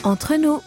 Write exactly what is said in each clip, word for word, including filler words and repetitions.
entre nous.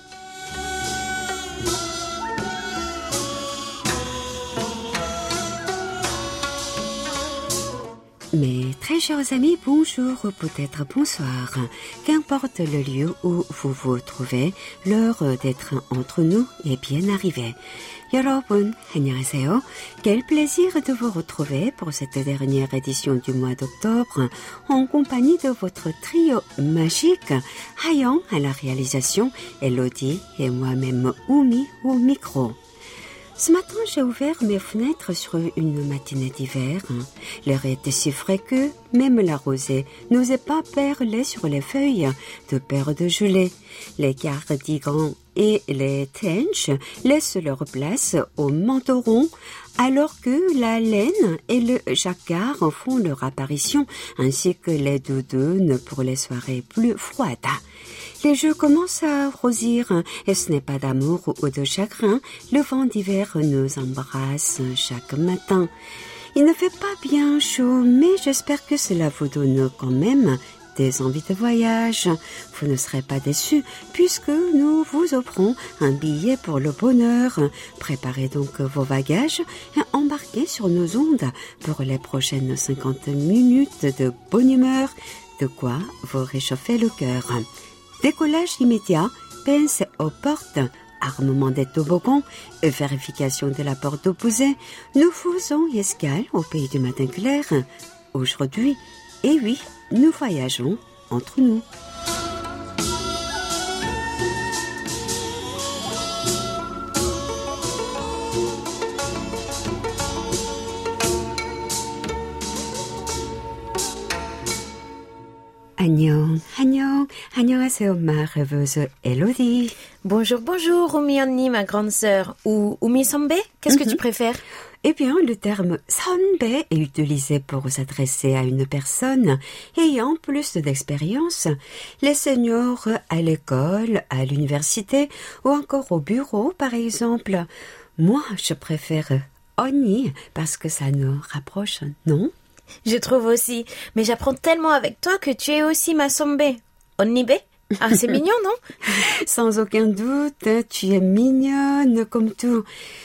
Mes très chers amis, bonjour ou peut-être bonsoir. Qu'importe le lieu où vous vous trouvez, l'heure d'être entre nous est bien arrivée. 여러분, 안녕하세요. Quel plaisir de vous retrouver pour cette dernière édition du mois d'octobre en compagnie de votre trio magique, Hayoung à la réalisation, Elodie et moi-même Oumi au micro. Ce matin, j'ai ouvert mes fenêtres sur une matinée d'hiver. L'air était si frais que même la rosée n'osait pas perler sur les feuilles de paires de gelées. Les cardigans et les tenches laissent leur place aux manteaux alors que la laine et le jacquard font leur apparition, ainsi que les doudounes pour les soirées plus froides. Les jeux commencent à rosir et ce n'est pas d'amour ou de chagrin, le vent d'hiver nous embrasse chaque matin. Il ne fait pas bien chaud, mais j'espère que cela vous donne quand même des envies de voyage. Vous ne serez pas déçus puisque nous vous offrons un billet pour le bonheur. Préparez donc vos bagages et embarquez sur nos ondes pour les prochaines cinquante minutes de bonne humeur, de quoi vous réchauffer le cœur. Décollage immédiat, pince aux portes, armement des toboggans et vérification de la porte opposée. Nous faisons escale au pays du matin clair. Aujourd'hui, et oui, nous voyageons entre nous. 안녕, 안녕, 안녕하세요, ma rêveuse Elodie. Bonjour, bonjour, Oumi Onni, ma grande sœur, ou Oumi Sambe, qu'est-ce mm-hmm. que tu préfères? Eh bien, le terme 선배 est utilisé pour s'adresser à une personne ayant plus d'expérience. Les seniors à l'école, à l'université ou encore au bureau, par exemple. Moi, je préfère Onni parce que ça nous rapproche, non? Je trouve aussi, mais j'apprends tellement avec toi que tu es aussi ma Sombe. Onnibe? Ah, c'est mignon, non? Sans aucun doute, tu es mignonne comme tout.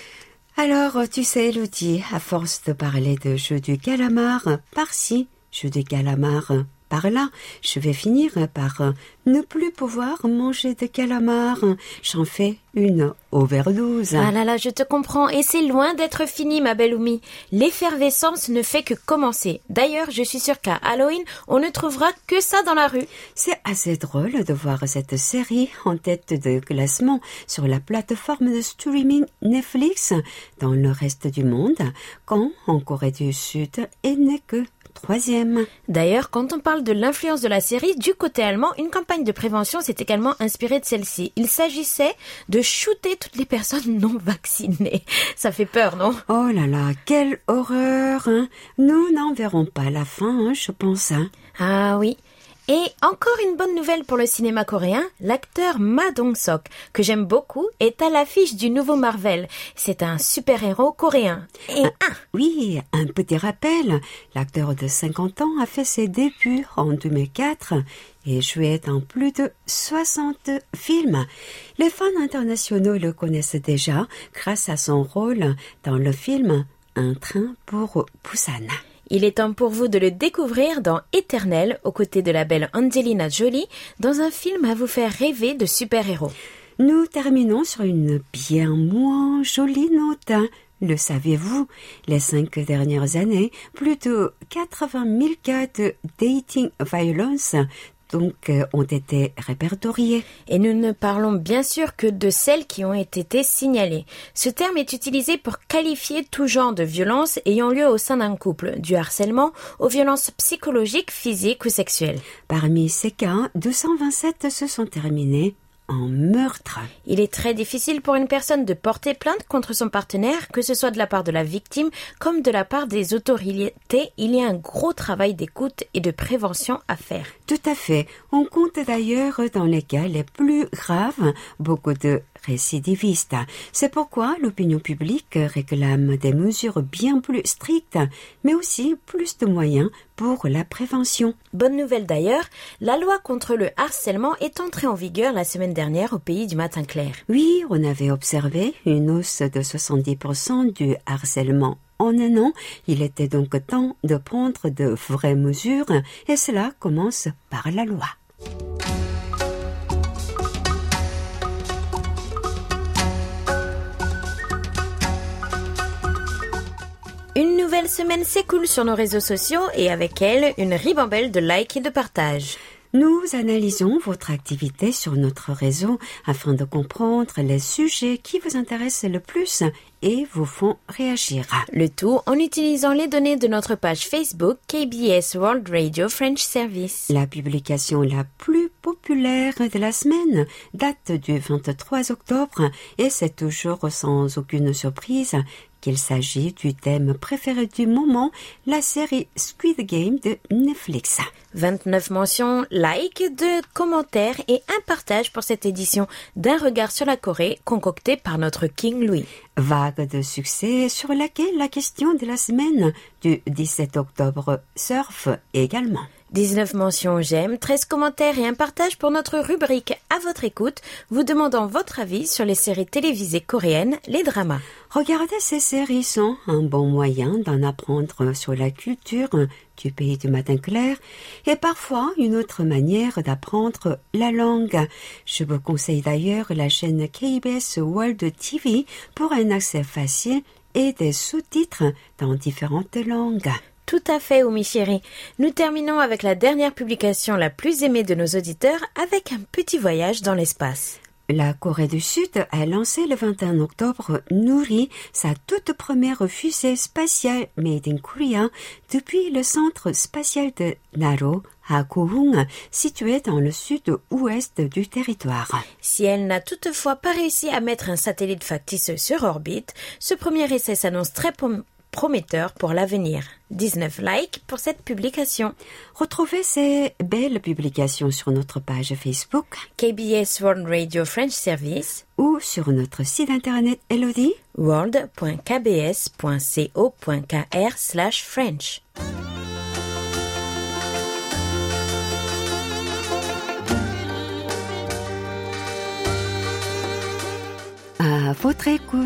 Alors, tu sais, Elodie, à force de parler de jeux du calamar par-ci, jeux du calamar par-là, je vais finir par ne plus pouvoir manger de calamar. J'en fais une overdose. Ah là là, je te comprends. Et c'est loin d'être fini, ma belle Oumi. L'effervescence ne fait que commencer. D'ailleurs, je suis sûre qu'à Halloween, on ne trouvera que ça dans la rue. C'est assez drôle de voir cette série en tête de classement sur la plateforme de streaming Netflix dans le reste du monde, quand en Corée du Sud, elle n'est que troisième. D'ailleurs, quand on parle de l'influence de la série, du côté allemand, une campagne de prévention s'est également inspirée de celle-ci. Il s'agissait de shooter toutes les personnes non vaccinées. Ça fait peur, non? Oh là là, quelle horreur, hein. Nous n'en verrons pas la fin, hein, je pense. Hein. Ah oui. Et encore une bonne nouvelle pour le cinéma coréen, l'acteur Ma Dong-seok, que j'aime beaucoup, est à l'affiche du nouveau Marvel. C'est un super-héros coréen. Et ah, un. Oui, un petit rappel, l'acteur de cinquante ans a fait ses débuts en deux mille quatre et joué dans plus de soixante films. Les fans internationaux le connaissent déjà grâce à son rôle dans le film Un train pour Busan. Il est temps pour vous de le découvrir dans Éternel, aux côtés de la belle Angelina Jolie, dans un film à vous faire rêver de super-héros. Nous terminons sur une bien moins jolie note. Le saviez-vous, les cinq dernières années, plus de quatre-vingt mille cas de dating violence donc euh, ont été répertoriés. Et nous ne parlons bien sûr que de celles qui ont été signalées. Ce terme est utilisé pour qualifier tout genre de violence ayant lieu au sein d'un couple, du harcèlement aux violences psychologiques, physiques ou sexuelles. Parmi ces cas, deux cent vingt-sept se sont terminés en meurtre. Il est très difficile pour une personne de porter plainte contre son partenaire, que ce soit de la part de la victime comme de la part des autorités. Il y a un gros travail d'écoute et de prévention à faire. Tout à fait. On compte d'ailleurs dans les cas les plus graves beaucoup de récidivistes. C'est pourquoi l'opinion publique réclame des mesures bien plus strictes, mais aussi plus de moyens pour la prévention. Bonne nouvelle d'ailleurs, la loi contre le harcèlement est entrée en vigueur la semaine dernière au pays du matin clair. Oui, on avait observé une hausse de soixante-dix pour cent du harcèlement en un an. Il était donc temps de prendre de vraies mesures et cela commence par la loi. Une nouvelle semaine s'écoule sur nos réseaux sociaux et avec elle, une ribambelle de likes et de partages. Nous analysons votre activité sur notre réseau afin de comprendre les sujets qui vous intéressent le plus et vous font réagir. Le tout en utilisant les données de notre page Facebook K B S World Radio French Service. La publication la plus populaire de la semaine date du vingt-trois octobre et c'est toujours sans aucune surprise qu'il s'agit du thème préféré du moment, la série Squid Game de Netflix. vingt-neuf mentions, likes, deux commentaires et un partage pour cette édition d'un regard sur la Corée concoctée par notre King Louis. Vague de succès sur laquelle la question de la semaine du dix-sept octobre surfe également. dix-neuf mentions j'aime, treize commentaires et un partage pour notre rubrique À votre écoute, vous demandant votre avis sur les séries télévisées coréennes, les dramas. Regarder ces séries sont un bon moyen d'en apprendre sur la culture du pays du matin clair et parfois une autre manière d'apprendre la langue. Je vous conseille d'ailleurs la chaîne K B S World T V pour un accès facile et des sous-titres dans différentes langues. Tout à fait, Oumi chérie. Nous terminons avec la dernière publication la plus aimée de nos auditeurs avec un petit voyage dans l'espace. La Corée du Sud a lancé le vingt et un octobre Nuri, sa toute première fusée spatiale Made in Korea, depuis le centre spatial de Naro à Gohung, situé dans le sud-ouest du territoire. Si elle n'a toutefois pas réussi à mettre un satellite factice sur orbite, ce premier essai s'annonce très pom- prometteur pour l'avenir. dix-neuf likes pour cette publication. Retrouvez ces belles publications sur notre page Facebook K B S World Radio French Service ou sur notre site internet Elodie world point k b s point co point k r slash French. À votre écoute.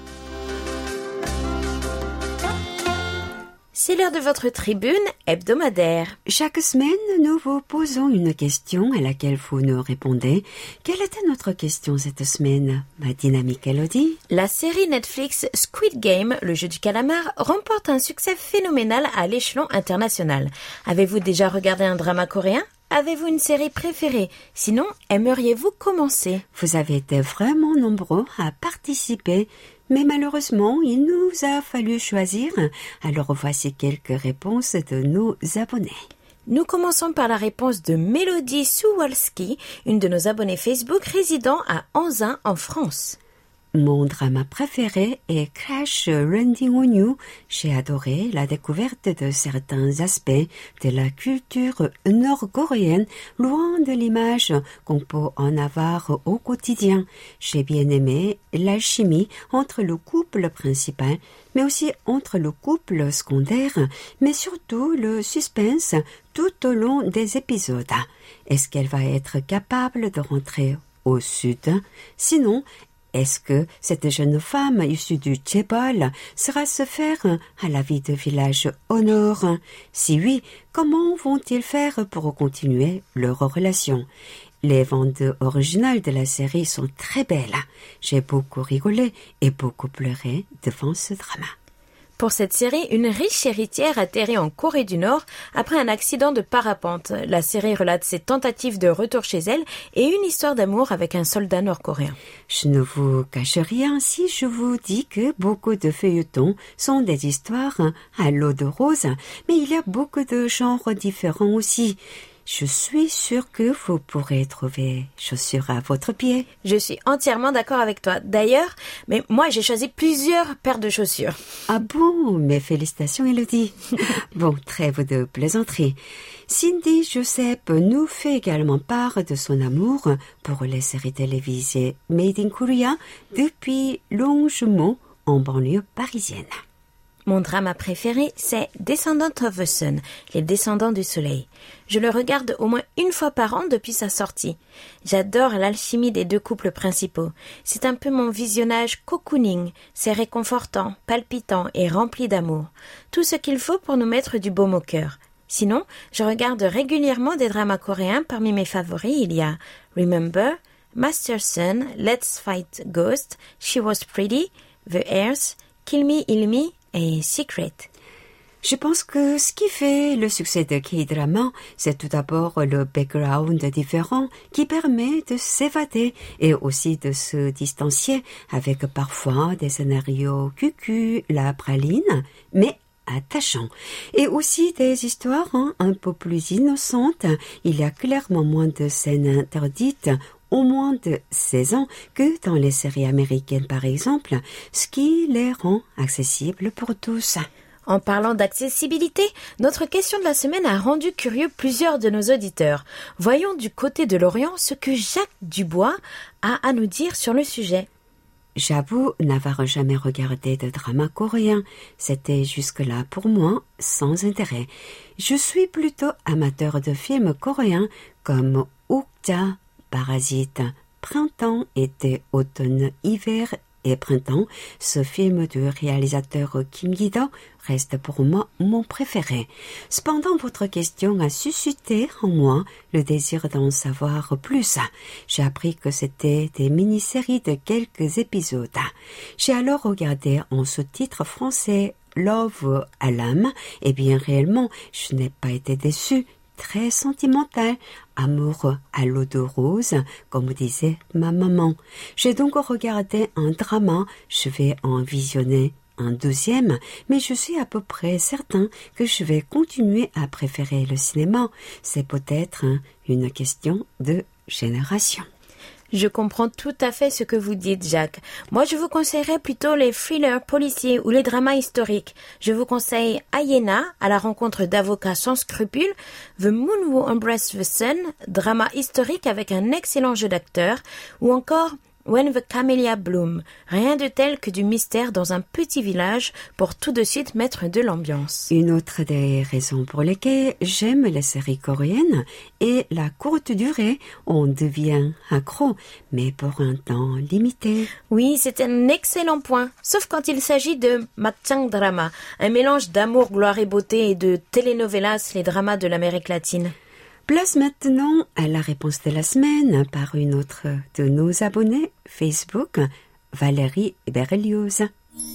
C'est l'heure de votre tribune hebdomadaire. Chaque semaine, nous vous posons une question à laquelle vous nous répondez. Quelle était notre question cette semaine, ma dynamique Elodie? La série Netflix Squid Game, le jeu du calamar, remporte un succès phénoménal à l'échelon international. Avez-vous déjà regardé un drama coréen? Avez-vous une série préférée? Sinon, aimeriez-vous commencer? Vous avez été vraiment nombreux à participer, mais malheureusement, il nous a fallu choisir. Alors voici quelques réponses de nos abonnés. Nous commençons par la réponse de Mélodie Suwalski, une de nos abonnés Facebook résidant à Anzin en France. Mon drama préféré est Crash Landing on You. J'ai adoré la découverte de certains aspects de la culture nord-coréenne, loin de l'image qu'on peut en avoir au quotidien. J'ai bien aimé l'alchimie entre le couple principal, mais aussi entre le couple secondaire, mais surtout le suspense tout au long des épisodes. Est-ce qu'elle va être capable de rentrer au sud? Sinon, est-ce que cette jeune femme issue du Chaebol sera se faire à la vie de village au nord? Si oui, comment vont-ils faire pour continuer leur relation? Les bandes originales de la série sont très belles. J'ai beaucoup rigolé et beaucoup pleuré devant ce drama. Pour cette série, une riche héritière atterrit en Corée du Nord après un accident de parapente. La série relate ses tentatives de retour chez elle et une histoire d'amour avec un soldat nord-coréen. Je ne vous cache rien si je vous dis que beaucoup de feuilletons sont des histoires à l'eau de rose, mais il y a beaucoup de genres différents aussi. Je suis sûre que vous pourrez trouver chaussures à votre pied. Je suis entièrement d'accord avec toi. D'ailleurs, mais moi j'ai choisi plusieurs paires de chaussures. Ah bon, mes félicitations Elodie. Bon, trêve de plaisanterie. Cindy Joseph nous fait également part de son amour pour les séries télévisées Made in Korea depuis Longjumeau en banlieue parisienne. Mon drama préféré, c'est Descendant of the Sun, les descendants du soleil. Je le regarde au moins une fois par an depuis sa sortie. J'adore l'alchimie des deux couples principaux. C'est un peu mon visionnage cocooning. C'est réconfortant, palpitant et rempli d'amour. Tout ce qu'il faut pour nous mettre du baume au cœur. Sinon, je regarde régulièrement des dramas coréens. Parmi mes favoris, il y a Remember, Masterson, Let's Fight Ghost, She Was Pretty, The Heirs, Kill Me, Heal Me et Secret. Je pense que ce qui fait le succès de K-drama, c'est tout d'abord le background différent qui permet de s'évader et aussi de se distancier avec parfois des scénarios cucu, la praline, mais attachants. Et aussi des histoires hein, un peu plus innocentes. Il y a clairement moins de scènes interdites au moins de seize ans que dans les séries américaines par exemple, ce qui les rend accessibles pour tous. En parlant d'accessibilité, notre question de la semaine a rendu curieux plusieurs de nos auditeurs. Voyons du côté de l'Orient ce que Jacques Dubois a à nous dire sur le sujet. J'avoue n'avoir jamais regardé de drama coréen. C'était jusque-là pour moi sans intérêt. Je suis plutôt amateur de films coréens comme Okja, Parasite, Printemps, été, automne, hiver et printemps. Ce film du réalisateur Kim Gi-do reste pour moi mon préféré. Cependant, votre question a suscité en moi le désir d'en savoir plus. J'ai appris que c'était des mini-séries de quelques épisodes. J'ai alors regardé en sous-titre français Love à l'âme et bien réellement, je n'ai pas été déçue. Très sentimental, amoureux à l'eau de rose, comme disait ma maman. J'ai donc regardé un drama, je vais en visionner un deuxième, mais je suis à peu près certain que je vais continuer à préférer le cinéma. C'est peut-être hein, une question de génération. Je comprends tout à fait ce que vous dites, Jacques. Moi, je vous conseillerais plutôt les thrillers policiers ou les dramas historiques. Je vous conseille Hyena, à la rencontre d'avocats sans scrupules, The Moon Who Embraced the Sun, drama historique avec un excellent jeu d'acteurs, ou encore When the Camellia Bloom, rien de tel que du mystère dans un petit village pour tout de suite mettre de l'ambiance. Une autre des raisons pour lesquelles j'aime les séries coréennes est la courte durée. On devient accro, mais pour un temps limité. Oui, c'est un excellent point, sauf quand il s'agit de makjang drama, un mélange d'amour, gloire et beauté et de telenovelas, les dramas de l'Amérique latine. Place maintenant à la réponse de la semaine par une autre de nos abonnés Facebook, Valérie Berlioz.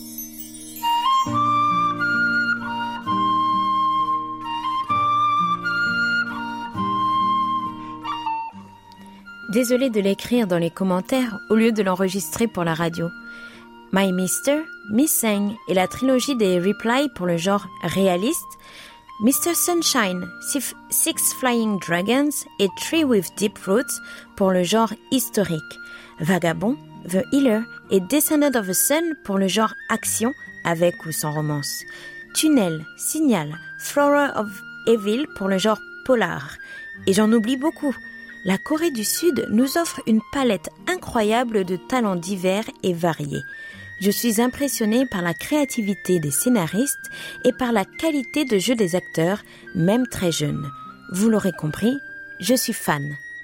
Désolée de l'écrire dans les commentaires au lieu de l'enregistrer pour la radio. My Mister, Miss Seng et la trilogie des replies pour le genre réaliste, Mister Sunshine, Six Flying Dragons et Tree with Deep Roots pour le genre historique, Vagabond, The Healer et Descendant of the Sun pour le genre action avec ou sans romance, Tunnel, Signal, Flora of Evil pour le genre polar. Et j'en oublie beaucoup. La Corée du Sud nous offre une palette incroyable de talents divers et variés. Je suis impressionnée par la créativité des scénaristes et par la qualité de jeu des acteurs, même très jeunes. Vous l'aurez compris, je suis fan.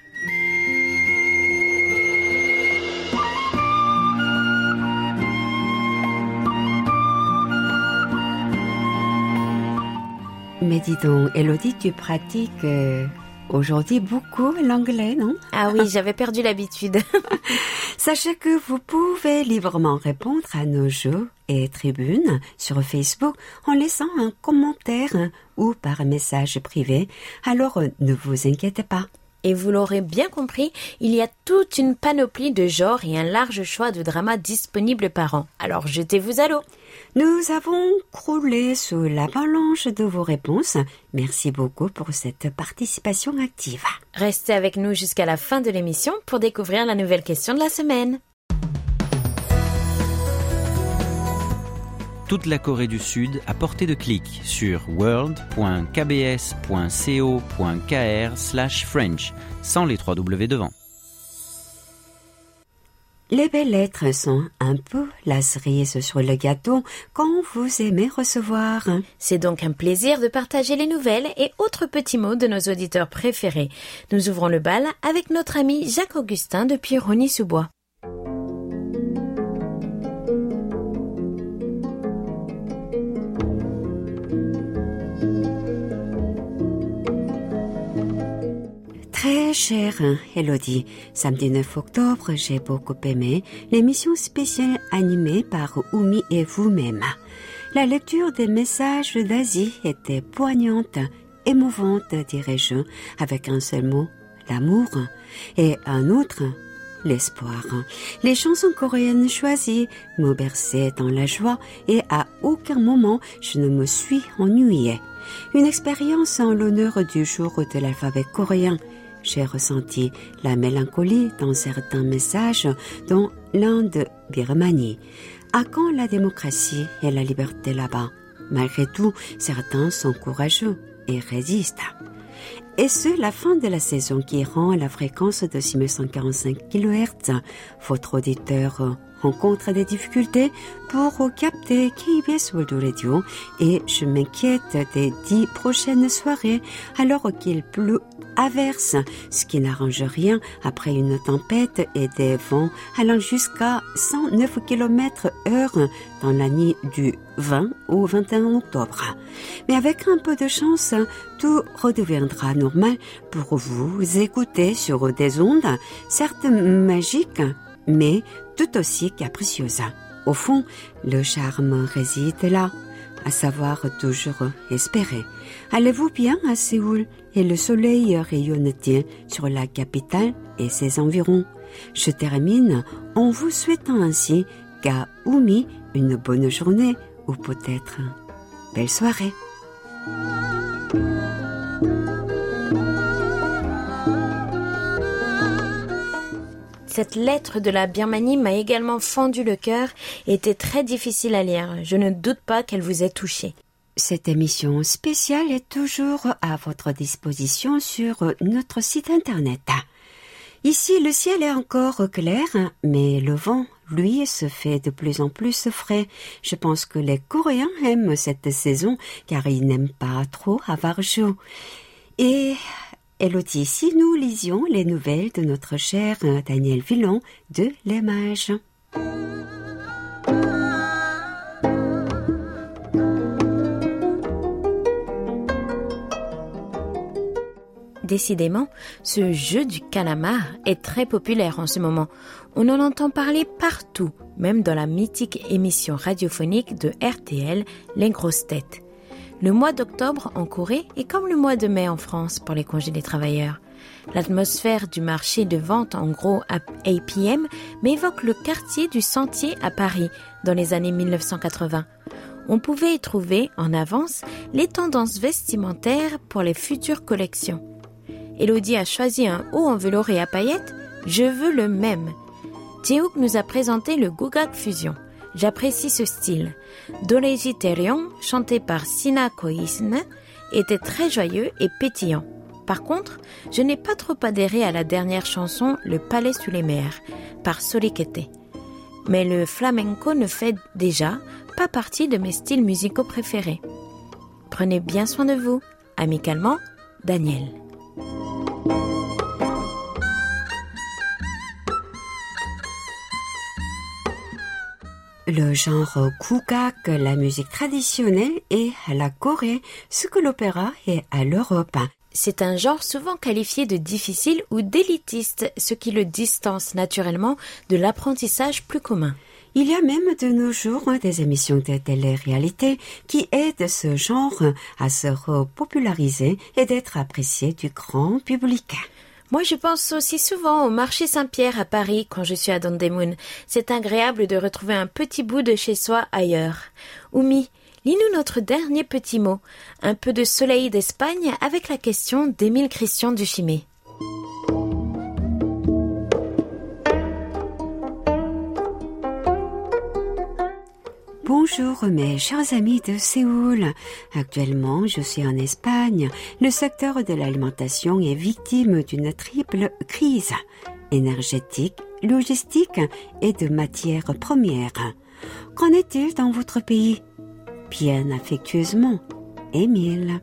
Mais dis donc, Elodie, tu pratiques euh, aujourd'hui beaucoup l'anglais, non? Ah oui, j'avais perdu l'habitude. Sachez que vous pouvez librement répondre à nos jeux et tribunes sur Facebook en laissant un commentaire ou par message privé. Alors, ne vous inquiétez pas. Et vous l'aurez bien compris, il y a toute une panoplie de genres et un large choix de dramas disponibles par an. Alors jetez-vous à l'eau. Nous avons croulé sous l'avalanche de vos réponses. Merci beaucoup pour cette participation active. Restez avec nous jusqu'à la fin de l'émission pour découvrir la nouvelle question de la semaine. Toute la Corée du Sud à portée de clic sur world point k b s point co point k r slash French, sans les trois W devant. Les belles lettres sont un peu la cerise sur le gâteau quand vous aimez recevoir. C'est donc un plaisir de partager les nouvelles et autres petits mots de nos auditeurs préférés. Nous ouvrons le bal avec notre ami Jacques-Augustin depuis Rosny-sous-Bois. Très chère Elodie, samedi neuf octobre, j'ai beaucoup aimé l'émission spéciale animée par Oumi et vous-même. La lecture des messages d'Asie était poignante, émouvante, dirais-je, avec un seul mot, l'amour, et un autre, l'espoir. Les chansons coréennes choisies me berçaient dans la joie et à aucun moment je ne me suis ennuyée. Une expérience en l'honneur du jour de l'alphabet coréen. J'ai ressenti la mélancolie dans certains messages, dont l'un de Birmanie. À quand la démocratie et la liberté là-bas? Malgré tout, certains sont courageux et résistent. Et c'est la fin de la saison qui rend la fréquence de six mille cent quarante-cinq kilohertz. Votre auditeur rencontre des difficultés pour capter K B S World Radio et je m'inquiète des dix prochaines soirées alors qu'il pleut à verse, ce qui n'arrange rien après une tempête et des vents allant jusqu'à cent neuf kilomètres heure dans la nuit du vingt au vingt et un octobre. Mais avec un peu de chance, tout redeviendra normal pour vous écouter sur des ondes, certes magiques, mais tout aussi capricieuses. Au fond, le charme réside là, à savoir toujours espérer. Allez-vous bien à Séoul et le soleil rayonne-t-il sur la capitale et ses environs? Je termine en vous souhaitant ainsi qu'à Oumi une bonne journée ou peut-être belle soirée. Cette lettre de la Birmanie m'a également fendu le cœur et était très difficile à lire. Je ne doute pas qu'elle vous ait touché. Cette émission spéciale est toujours à votre disposition sur notre site internet. Ici, le ciel est encore clair, mais le vent, lui, se fait de plus en plus frais. Je pense que les Coréens aiment cette saison car ils n'aiment pas trop avoir chaud. Et Elodie, ici, nous lisions les nouvelles de notre cher Daniel Villon de l'Image. Décidément, ce jeu du calamar est très populaire en ce moment. On en entend parler partout, même dans la mythique émission radiophonique de R T L, Les Grosses Têtes. Le mois d'octobre en Corée est comme le mois de mai en France pour les congés des travailleurs. L'atmosphère du marché de vente en gros A P M m'évoque le quartier du Sentier à Paris dans les années mille neuf cent quatre-vingts. On pouvait y trouver en avance les tendances vestimentaires pour les futures collections. Elodie a choisi un haut en velours et à paillettes. Je veux le même. Jaehook nous a présenté le Gugak Fusion. J'apprécie ce style. Doreji Taeryeong, chanté par Sina Koisne, était très joyeux et pétillant. Par contre, je n'ai pas trop adhéré à la dernière chanson Le Palais sous les mers, par Sorikete. Mais le flamenco ne fait déjà pas partie de mes styles musicaux préférés. Prenez bien soin de vous. Amicalement, Daniel. Le genre Gugak, la musique traditionnelle, est à la Corée, ce que l'opéra est à l'Europe. C'est un genre souvent qualifié de difficile ou d'élitiste, ce qui le distance naturellement de l'apprentissage plus commun. Il y a même de nos jours des émissions de télé-réalité qui aident ce genre à se repopulariser et d'être apprécié du grand public. Moi, je pense aussi souvent au marché Saint-Pierre à Paris quand je suis à Dandaemun. C'est agréable de retrouver un petit bout de chez soi ailleurs. Oumi, lis-nous notre dernier petit mot. Un peu de soleil d'Espagne avec la question d'Émile Christian Duchimé. Bonjour mes chers amis de Séoul. Actuellement, je suis en Espagne. Le secteur de l'alimentation est victime d'une triple crise énergétique, logistique et de matières premières. Qu'en est-il dans votre pays? Bien affectueusement, Émile.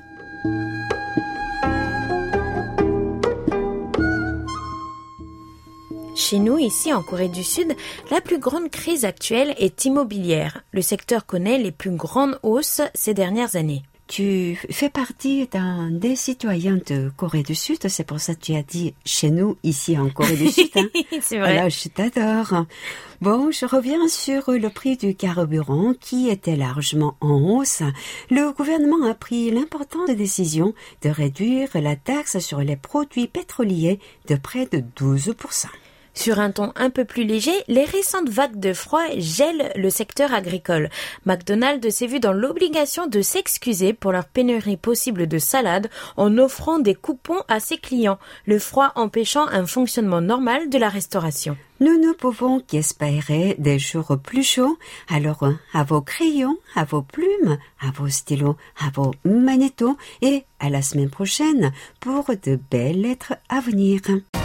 Chez nous, ici en Corée du Sud, la plus grande crise actuelle est immobilière. Le secteur connaît les plus grandes hausses ces dernières années. Tu fais partie d'un des citoyens de Corée du Sud, c'est pour ça que tu as dit chez nous, ici en Corée du Sud. Hein. C'est vrai. Alors, je t'adore. Bon, je reviens sur le prix du carburant qui était largement en hausse. Le gouvernement a pris l'importante décision de réduire la taxe sur les produits pétroliers de près de douze pour cent. Sur un ton un peu plus léger, les récentes vagues de froid gèlent le secteur agricole. McDonald's s'est vu dans l'obligation de s'excuser pour leur pénurie possible de salade en offrant des coupons à ses clients, le froid empêchant un fonctionnement normal de la restauration. Nous ne pouvons qu'espérer des jours plus chauds, alors à vos crayons, à vos plumes, à vos stylos, à vos magnétos et à la semaine prochaine pour de belles lettres à venir.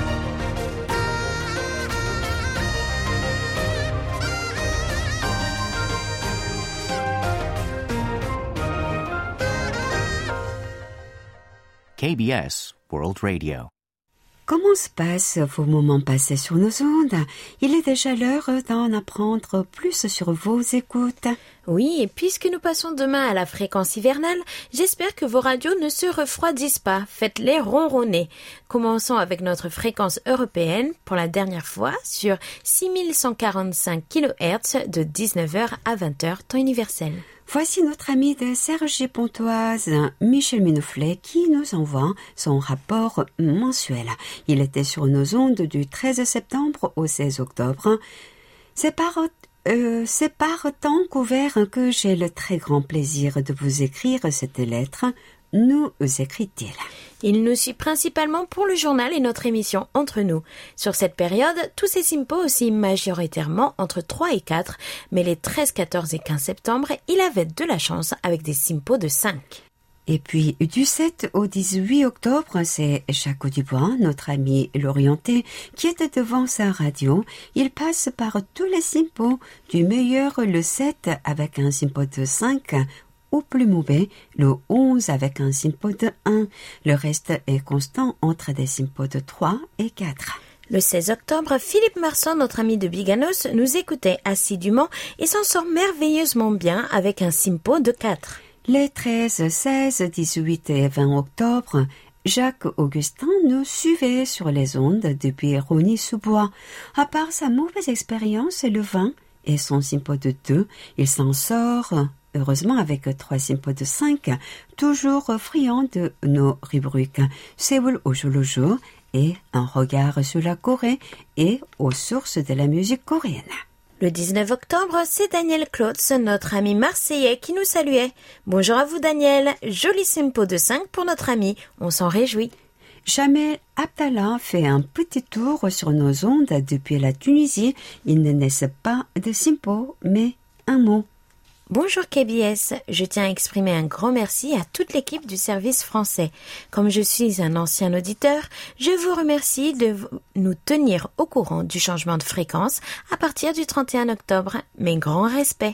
K B S World Radio. Comment se passent vos moments passés sur nos ondes? Il est déjà l'heure d'en apprendre plus sur vos écoutes. Oui, et puisque nous passons demain à la fréquence hivernale, j'espère que vos radios ne se refroidissent pas. Faites-les ronronner. Commençons avec notre fréquence européenne pour la dernière fois sur six mille cent quarante-cinq kilohertz de dix-neuf heures à vingt heures temps universel. Voici notre ami de Cergy-Pontoise, Michel Minouflet, qui nous envoie son rapport mensuel. Il était sur nos ondes du treize septembre au seize octobre. C'est par, euh, c'est par temps couvert que j'ai le très grand plaisir de vous écrire cette lettre. Nous écrit-il. Il nous suit principalement pour le journal et notre émission Entre nous. Sur cette période, tous ces simpos aussi majoritairement entre trois et quatre, mais les treize, quatorze et quinze septembre, il avait de la chance avec des simpos de cinq. Et puis, du sept au dix-huit octobre, c'est Jacques Dubois, notre ami l'orienté, qui était devant sa radio. Il passe par tous les simpos, du meilleur le sept avec un simpo de cinq, au plus mauvais, le onze avec un simpo de un. Le reste est constant entre des simpos de trois et quatre. Le seize octobre, Philippe Marsan, notre ami de Biganos, nous écoutait assidûment et s'en sort merveilleusement bien avec un simpo de quatre. Les treize, seize, dix-huit et vingt octobre, Jacques Augustin nous suivait sur les ondes depuis Rosny-sous-Bois. À part sa mauvaise expérience le vingt et son simpo de deux, il s'en sort heureusement avec trois simpos de cinq, toujours friand de nos rubriques Séoul au jour le jour et un regard sur la Corée et aux sources de la musique coréenne. Le dix-neuf octobre, c'est Daniel Klotz, notre ami marseillais, qui nous saluait. Bonjour à vous Daniel, joli simpo de cinq pour notre ami, on s'en réjouit. Jamel Abdallah fait un petit tour sur nos ondes depuis la Tunisie. Il ne laisse pas de simpo, mais un mot. Bonjour K B S, je tiens à exprimer un grand merci à toute l'équipe du service français. Comme je suis un ancien auditeur, je vous remercie de nous tenir au courant du changement de fréquence à partir du trente et un octobre. Mes grands respects.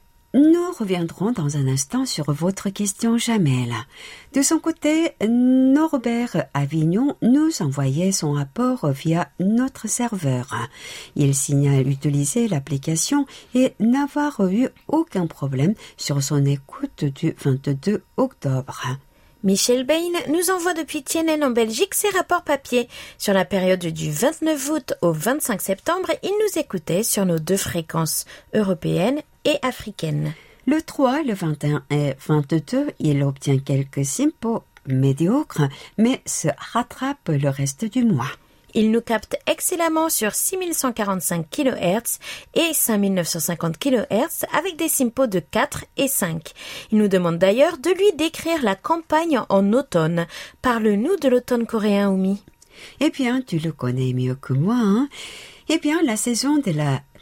Nous reviendrons dans un instant sur votre question, Jamel. De son côté, Norbert Avignon nous envoyait son rapport via notre serveur. Il signale utiliser l'application et n'avoir eu aucun problème sur son écoute du vingt-deux octobre. Michel Bain nous envoie depuis Tienen en Belgique ses rapports papier. Sur la période du vingt-neuf août au vingt-cinq septembre, il nous écoutait sur nos deux fréquences européennes et africaine. Le trois, le vingt et un et vingt-deux, il obtient quelques simpos médiocres, mais se rattrape le reste du mois. Il nous capte excellemment sur six mille cent quarante-cinq kilohertz et cinq mille neuf cent cinquante kilohertz avec des simpos de quatre et cinq. Il nous demande d'ailleurs de lui décrire la campagne en automne. Parle-nous de l'automne coréen, Oumi. Eh bien, tu le connais mieux que moi, hein? Eh bien, la saison de la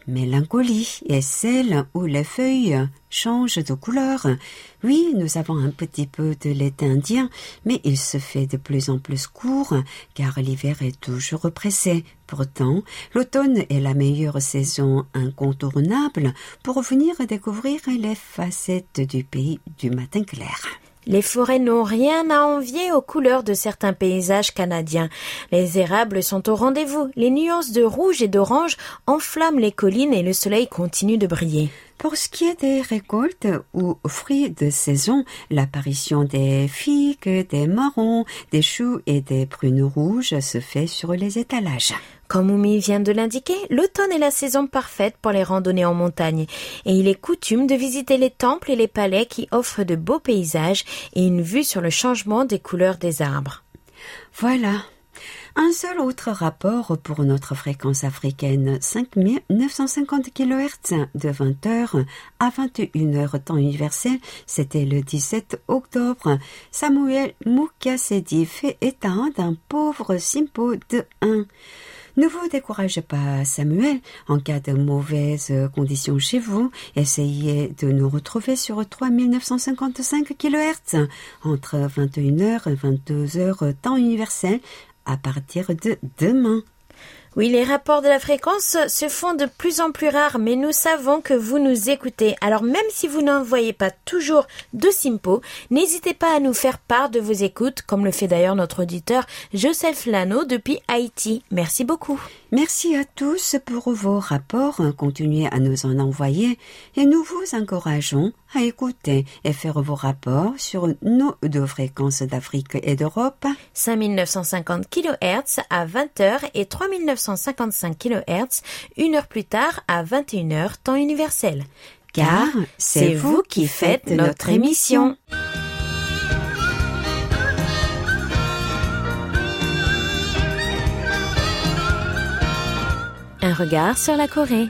mélancolie est celle où les feuilles changent de couleur. Oui, nous avons un petit peu de l'été indien, mais il se fait de plus en plus court, car l'hiver est toujours pressé. Pourtant, l'automne est la meilleure saison incontournable pour venir découvrir les facettes du pays du matin clair. Les forêts n'ont rien à envier aux couleurs de certains paysages canadiens. Les érables sont au rendez-vous. Les nuances de rouge et d'orange enflamment les collines et le soleil continue de briller. Pour ce qui est des récoltes ou fruits de saison, l'apparition des figues, des marrons, des choux et des prunes rouges se fait sur les étalages. Comme Oumi vient de l'indiquer, l'automne est la saison parfaite pour les randonnées en montagne. Et il est coutume de visiter les temples et les palais qui offrent de beaux paysages et une vue sur le changement des couleurs des arbres. Voilà. Un seul autre rapport pour notre fréquence africaine, cinq mille neuf cent cinquante kilohertz de vingt heures à vingt et une heures temps universel, c'était le dix-sept octobre. Samuel Mukasedi fait état d'un pauvre Simpo de un. Ne vous découragez pas, Samuel. En cas de mauvaises conditions chez vous, essayez de nous retrouver sur trois mille neuf cent cinquante-cinq kilohertz entre vingt et une heures et vingt-deux heures temps universel à partir de demain. Oui, les rapports de la fréquence se font de plus en plus rares, mais nous savons que vous nous écoutez. Alors même si vous n'envoyez pas toujours de Simpo, n'hésitez pas à nous faire part de vos écoutes, comme le fait d'ailleurs notre auditeur Joseph Lano depuis Haïti. Merci beaucoup. Merci à tous pour vos rapports. Continuez à nous en envoyer et nous vous encourageons à écouter et faire vos rapports sur nos deux fréquences d'Afrique et d'Europe. cinq mille neuf cent cinquante kilohertz à vingt heures et trois mille neuf cent cinquante-cinq kilohertz une heure plus tard à vingt et une heures temps universel. Car c'est vous qui faites notre émission. Un regard sur la Corée.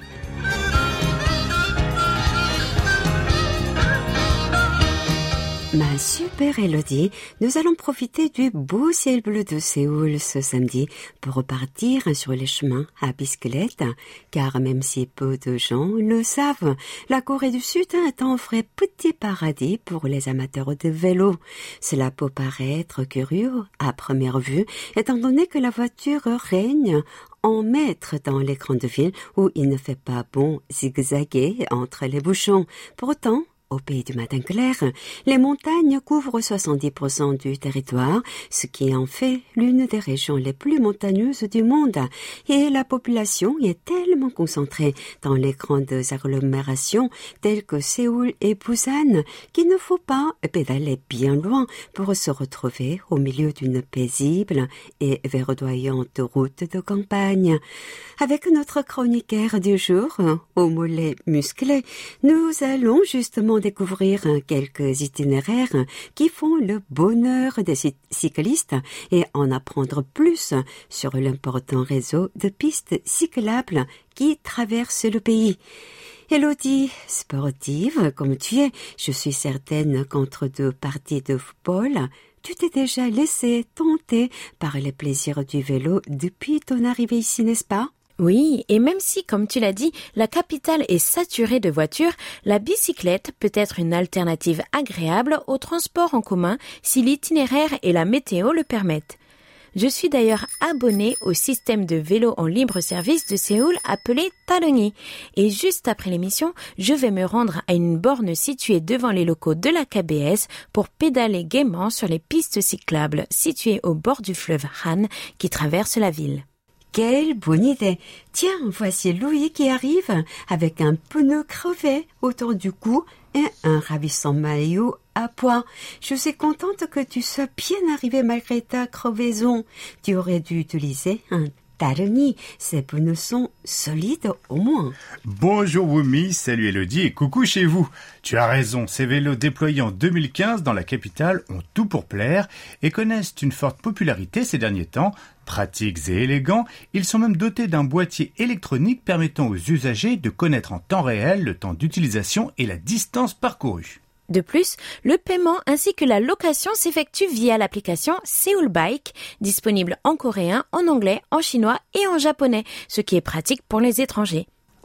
Ma super Elodie, nous allons profiter du beau ciel bleu de Séoul ce samedi pour repartir sur les chemins à bicyclette, car même si peu de gens le savent, la Corée du Sud est un vrai petit paradis pour les amateurs de vélo. Cela peut paraître curieux à première vue, étant donné que la voiture règne en maître dans les grandes villes où il ne fait pas bon zigzaguer entre les bouchons. Pourtant, au pays du matin clair, les montagnes couvrent soixante-dix pour cent du territoire, ce qui en fait l'une des régions les plus montagneuses du monde. Et la population est tellement concentrée dans les grandes agglomérations telles que Séoul et Busan qu'il ne faut pas pédaler bien loin pour se retrouver au milieu d'une paisible et verdoyante route de campagne. Avec notre chroniqueur du jour, au mollet musclé, nous allons justement découvrir quelques itinéraires qui font le bonheur des cyclistes et en apprendre plus sur l'important réseau de pistes cyclables qui traversent le pays. Elodie, sportive comme tu es, je suis certaine qu'entre deux parties de football, tu t'es déjà laissé tenter par les plaisirs du vélo depuis ton arrivée ici, n'est-ce pas ? Oui, et même si, comme tu l'as dit, la capitale est saturée de voitures, la bicyclette peut être une alternative agréable au transport en commun si l'itinéraire et la météo le permettent. Je suis d'ailleurs abonnée au système de vélo en libre service de Séoul appelé Tareungi. Et juste après l'émission, je vais me rendre à une borne située devant les locaux de la K B S pour pédaler gaiement sur les pistes cyclables situées au bord du fleuve Han qui traverse la ville. Quelle bonne idée! Tiens, voici Louis qui arrive avec un pneu crevé autour du cou et un ravissant maillot à pois. Je suis contente que tu sois bien arrivé malgré ta crevaison. Tu aurais dû utiliser un Tareungi. Ces pneus sont solides au moins. Bonjour Wumi, salut Elodie et coucou chez vous. Tu as raison, ces vélos déployés en deux mille quinze dans la capitale ont tout pour plaire et connaissent une forte popularité ces derniers temps. Pratiques et élégants, ils sont même dotés d'un boîtier électronique permettant aux usagers de connaître en temps réel le temps d'utilisation et la distance parcourue. De plus, le paiement ainsi que la location s'effectuent via l'application Seoul Bike, disponible en coréen, en anglais, en chinois et en japonais, ce qui est pratique pour les étrangers.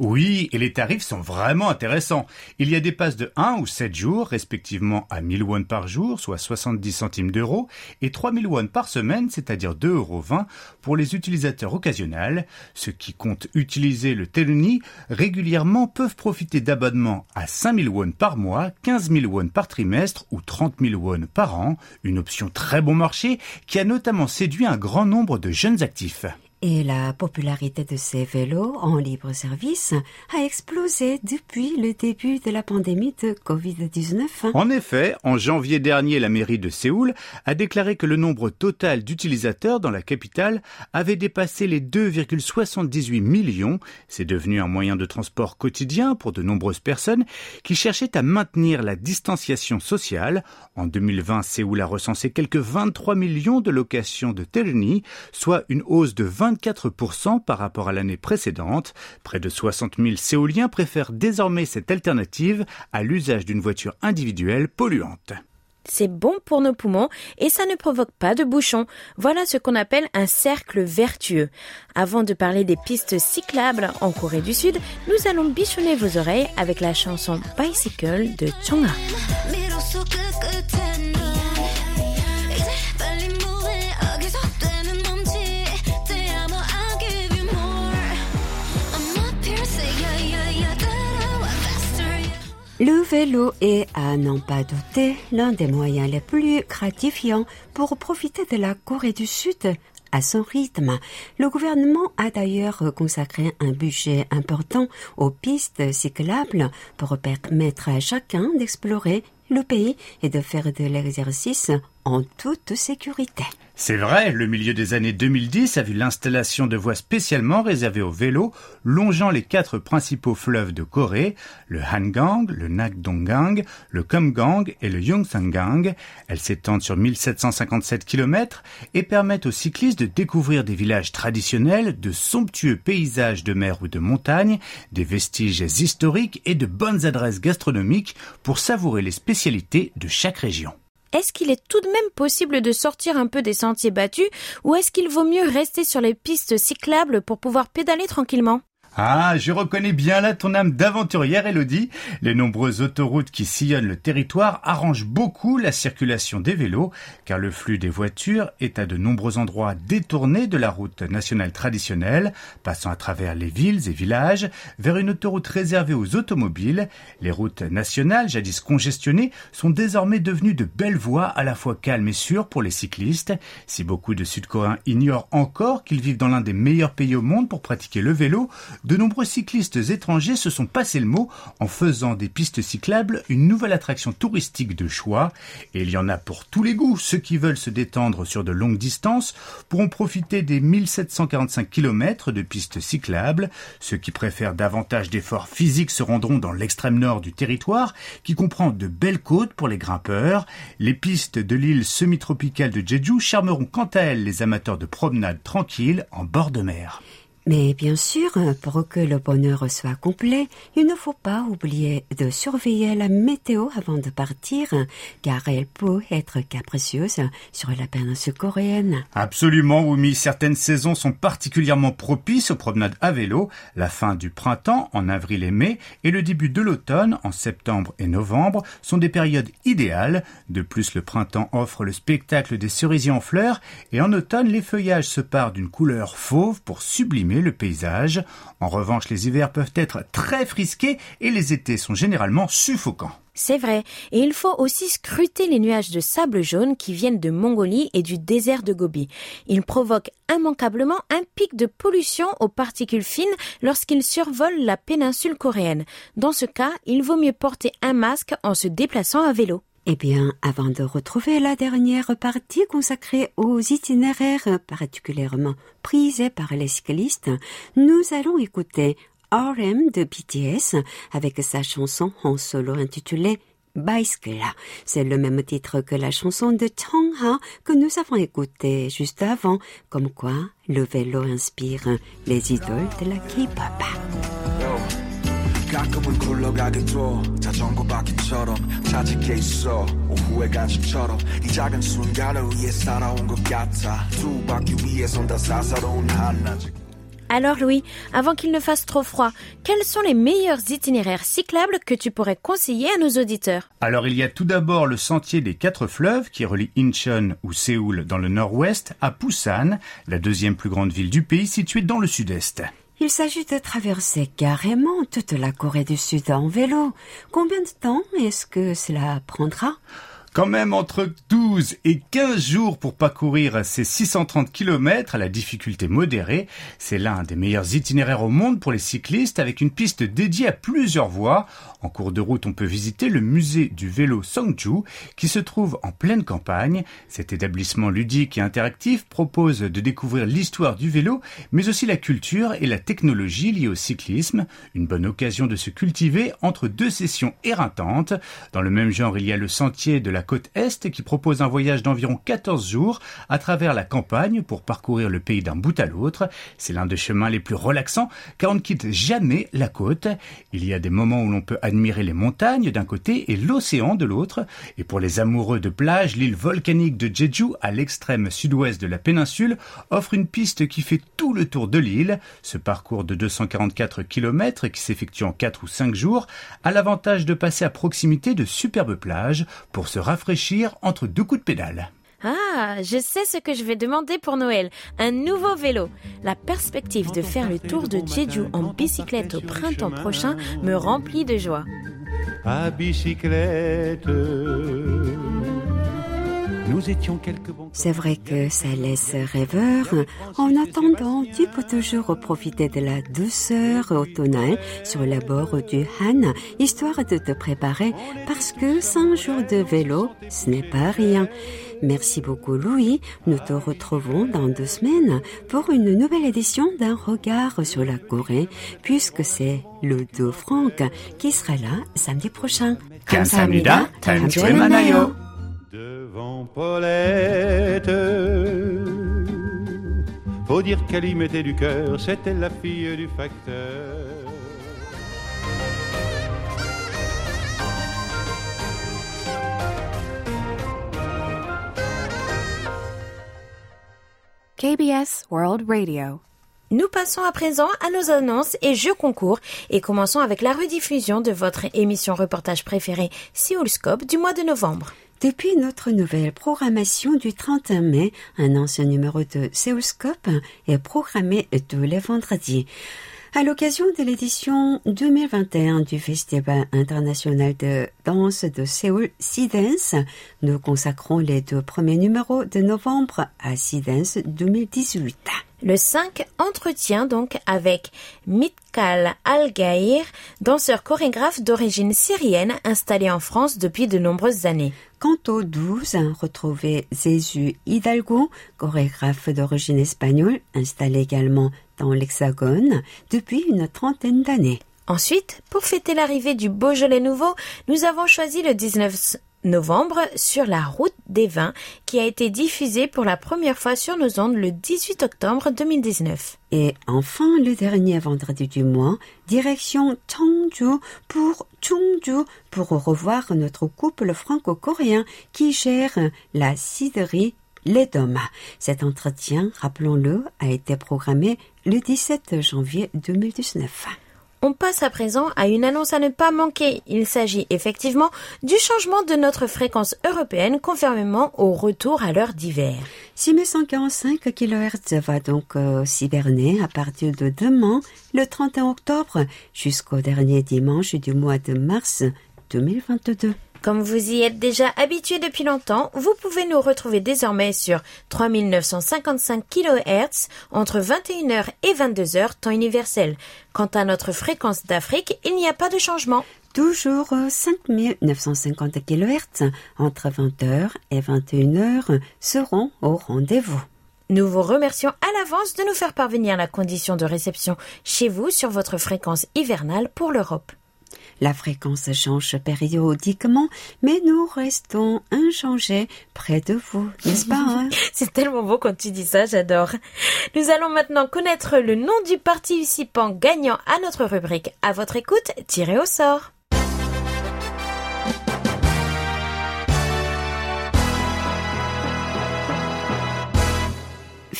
Oui, et les tarifs sont vraiment intéressants. Il y a des passes de un ou sept jours, respectivement à mille won par jour, soit soixante-dix centimes d'euros, et trois mille won par semaine, c'est-à-dire deux euros vingt, pour les utilisateurs occasionnels. Ceux qui comptent utiliser le Teluni régulièrement peuvent profiter d'abonnements à cinq mille won par mois, quinze mille won par trimestre ou trente mille won par an. Une option très bon marché qui a notamment séduit un grand nombre de jeunes actifs. Et la popularité de ces vélos en libre service a explosé depuis le début de la pandémie de covid dix-neuf. En effet, en janvier dernier, la mairie de Séoul a déclaré que le nombre total d'utilisateurs dans la capitale avait dépassé les deux virgule soixante-dix-huit millions. C'est devenu un moyen de transport quotidien pour de nombreuses personnes qui cherchaient à maintenir la distanciation sociale. En deux mille vingt, Séoul a recensé quelques vingt-trois millions de locations de Teluni, soit une hausse de vingt-quatre pour cent par rapport à l'année précédente. Près de soixante mille Séouliens préfèrent désormais cette alternative à l'usage d'une voiture individuelle polluante. C'est bon pour nos poumons et ça ne provoque pas de bouchons. Voilà ce qu'on appelle un cercle vertueux. Avant de parler des pistes cyclables en Corée du Sud, nous allons bichonner vos oreilles avec la chanson Bicycle de Chungha. Le vélo est, à n'en pas douter, l'un des moyens les plus gratifiants pour profiter de la Corée du Sud à son rythme. Le gouvernement a d'ailleurs consacré un budget important aux pistes cyclables pour permettre à chacun d'explorer le pays et de faire de l'exercice en toute sécurité. C'est vrai, le milieu des années deux mille dix a vu l'installation de voies spécialement réservées aux vélos longeant les quatre principaux fleuves de Corée, le Hangang, le Nakdonggang, le Kumgang et le Yongsangang. Elles s'étendent sur mille sept cent cinquante-sept kilomètres et permettent aux cyclistes de découvrir des villages traditionnels, de somptueux paysages de mer ou de montagne, des vestiges historiques et de bonnes adresses gastronomiques pour savourer les spécialités de chaque région. Est-ce qu'il est tout de même possible de sortir un peu des sentiers battus ou est-ce qu'il vaut mieux rester sur les pistes cyclables pour pouvoir pédaler tranquillement ? Ah, je reconnais bien là ton âme d'aventurière, Elodie. Les nombreuses autoroutes qui sillonnent le territoire arrangent beaucoup la circulation des vélos, car le flux des voitures est à de nombreux endroits détourné de la route nationale traditionnelle, passant à travers les villes et villages, vers une autoroute réservée aux automobiles. Les routes nationales, jadis congestionnées, sont désormais devenues de belles voies à la fois calmes et sûres pour les cyclistes. Si beaucoup de Sud-Coréens ignorent encore qu'ils vivent dans l'un des meilleurs pays au monde pour pratiquer le vélo, de nombreux cyclistes étrangers se sont passés le mot en faisant des pistes cyclables une nouvelle attraction touristique de choix. Et il y en a pour tous les goûts. Ceux qui veulent se détendre sur de longues distances pourront profiter des mille sept cent quarante-cinq kilomètres de pistes cyclables. Ceux qui préfèrent davantage d'efforts physiques se rendront dans l'extrême nord du territoire, qui comprend de belles côtes pour les grimpeurs. Les pistes de l'île semi-tropicale de Jeju charmeront quant à elles les amateurs de promenades tranquilles en bord de mer. Mais bien sûr, pour que le bonheur soit complet, il ne faut pas oublier de surveiller la météo avant de partir, car elle peut être capricieuse sur la péninsule coréenne. Absolument, Wumi. Certaines saisons sont particulièrement propices aux promenades à vélo. La fin du printemps, en avril et mai, et le début de l'automne, en septembre et novembre, sont des périodes idéales. De plus, le printemps offre le spectacle des cerisiers en fleurs, et en automne, les feuillages se parent d'une couleur fauve pour sublimer le paysage. En revanche, les hivers peuvent être très frisqués et les étés sont généralement suffocants. C'est vrai, et il faut aussi scruter les nuages de sable jaune qui viennent de Mongolie et du désert de Gobi. Ils provoquent immanquablement un pic de pollution aux particules fines lorsqu'ils survolent la péninsule coréenne. Dans ce cas, il vaut mieux porter un masque en se déplaçant à vélo. Eh bien, avant de retrouver la dernière partie consacrée aux itinéraires particulièrement prisés par les cyclistes, nous allons écouter R M de B T S avec sa chanson en solo intitulée Bicycle. C'est le même titre que la chanson de Chungha que nous avons écoutée juste avant, comme quoi le vélo inspire les idoles de la K-pop. 가끔은 굴러가게 둬 자전거 바퀴처럼 차질게 있어 오후의 간식처럼 이 작은 순간을 위해 살아온 것 같아 두 바퀴 위에 선다 사사로운 한낮 Alors Louis, avant qu'il ne fasse trop froid, quels sont les meilleurs itinéraires cyclables que tu pourrais conseiller à nos auditeurs? Alors il y a tout d'abord le sentier des quatre fleuves qui relie Incheon ou Séoul dans le nord-ouest à Busan, la deuxième plus grande ville du pays située dans le sud-est. Il s'agit de traverser carrément toute la Corée du Sud en vélo. Combien de temps est-ce que cela prendra? Quand même entre douze et quinze jours pour parcourir ces six cent trente kilomètres à la difficulté modérée. C'est l'un des meilleurs itinéraires au monde pour les cyclistes avec une piste dédiée à plusieurs voies. En cours de route, on peut visiter le musée du vélo Songju qui se trouve en pleine campagne. Cet établissement ludique et interactif propose de découvrir l'histoire du vélo, mais aussi la culture et la technologie liées au cyclisme. Une bonne occasion de se cultiver entre deux sessions éreintantes. Dans le même genre, il y a le sentier de la côte Est qui propose un voyage d'environ quatorze jours à travers la campagne pour parcourir le pays d'un bout à l'autre. C'est l'un des chemins les plus relaxants car on ne quitte jamais la côte. Il y a des moments où l'on peut admirer les montagnes d'un côté et l'océan de l'autre. Et pour les amoureux de plage, l'île volcanique de Jeju à l'extrême sud-ouest de la péninsule offre une piste qui fait tout le tour de l'île. Ce parcours de deux cent quarante-quatre kilomètres qui s'effectue en quatre ou cinq jours a l'avantage de passer à proximité de superbes plages pour se rafraîchir entre deux coups de pédale. Ah, je sais ce que je vais demander pour Noël. Un nouveau vélo. La perspective de faire le tour de Jeju en bicyclette au printemps prochain me remplit de joie. À bicyclette, nous étions quelques bons... C'est vrai que ça laisse rêveur. En attendant, tu peux toujours profiter de la douceur automnale sur les bords du Han, histoire de te préparer, parce que cinq jours de vélo, ce n'est pas rien. Merci beaucoup Louis, nous te retrouvons dans deux semaines pour une nouvelle édition d'un regard sur la Corée, puisque c'est le dos Franck qui sera là samedi prochain. 감사합니다. 다음 주에 만나요. Devant Paulette, faut dire qu'elle y mettait du cœur, c'était la fille du facteur. K B S World Radio. Nous passons à présent à nos annonces et jeux concours et commençons avec la rediffusion de votre émission reportage préférée Séoulscope du mois de novembre. Depuis notre nouvelle programmation du trente et un mai, un ancien numéro de Séoulscope est programmé tous les vendredis. À l'occasion de l'édition deux mille vingt et un du Festival international de danse de Séoul, SeaDance, nous consacrons les deux premiers numéros de novembre à SeaDance deux mille dix-huit. Le cinq entretient donc avec Mitkal Al-Gaïr, danseur chorégraphe d'origine syrienne installé en France depuis de nombreuses années. Quant au douze, retrouvez Jésus Hidalgo, chorégraphe d'origine espagnole, installé également dans l'Hexagone depuis une trentaine d'années. Ensuite, pour fêter l'arrivée du Beaujolais nouveau, nous avons choisi le dix-neuf novembre sur la route des vins qui a été diffusé pour la première fois sur nos ondes le dix-huit octobre deux mille dix-neuf. Et enfin, le dernier vendredi du mois, direction Cheongju pour Chungju pour revoir notre couple franco-coréen qui gère la cidrerie Les Dômes. Cet entretien, rappelons-le, a été programmé le dix-sept janvier deux mille dix-neuf. On passe à présent à une annonce à ne pas manquer. Il s'agit effectivement du changement de notre fréquence européenne conformément au retour à l'heure d'hiver. six mille cent quarante-cinq kilohertz va donc euh, s'hiberner à partir de demain, le trente et un octobre, jusqu'au dernier dimanche du mois de mars deux mille vingt-deux. Comme vous y êtes déjà habitué depuis longtemps, vous pouvez nous retrouver désormais sur trois mille neuf cent cinquante-cinq kilohertz entre vingt et une heures et vingt-deux heures temps universel. Quant à notre fréquence d'Afrique, il n'y a pas de changement. Toujours cinq mille neuf cent cinquante kilohertz entre vingt heures et vingt et une heures seront au rendez-vous. Nous vous remercions à l'avance de nous faire parvenir la condition de réception chez vous sur votre fréquence hivernale pour l'Europe. La fréquence change périodiquement, mais nous restons inchangés près de vous, n'est-ce pas hein? C'est tellement beau quand tu dis ça, j'adore. Nous allons maintenant connaître le nom du participant gagnant à notre rubrique. À votre écoute, tirez au sort.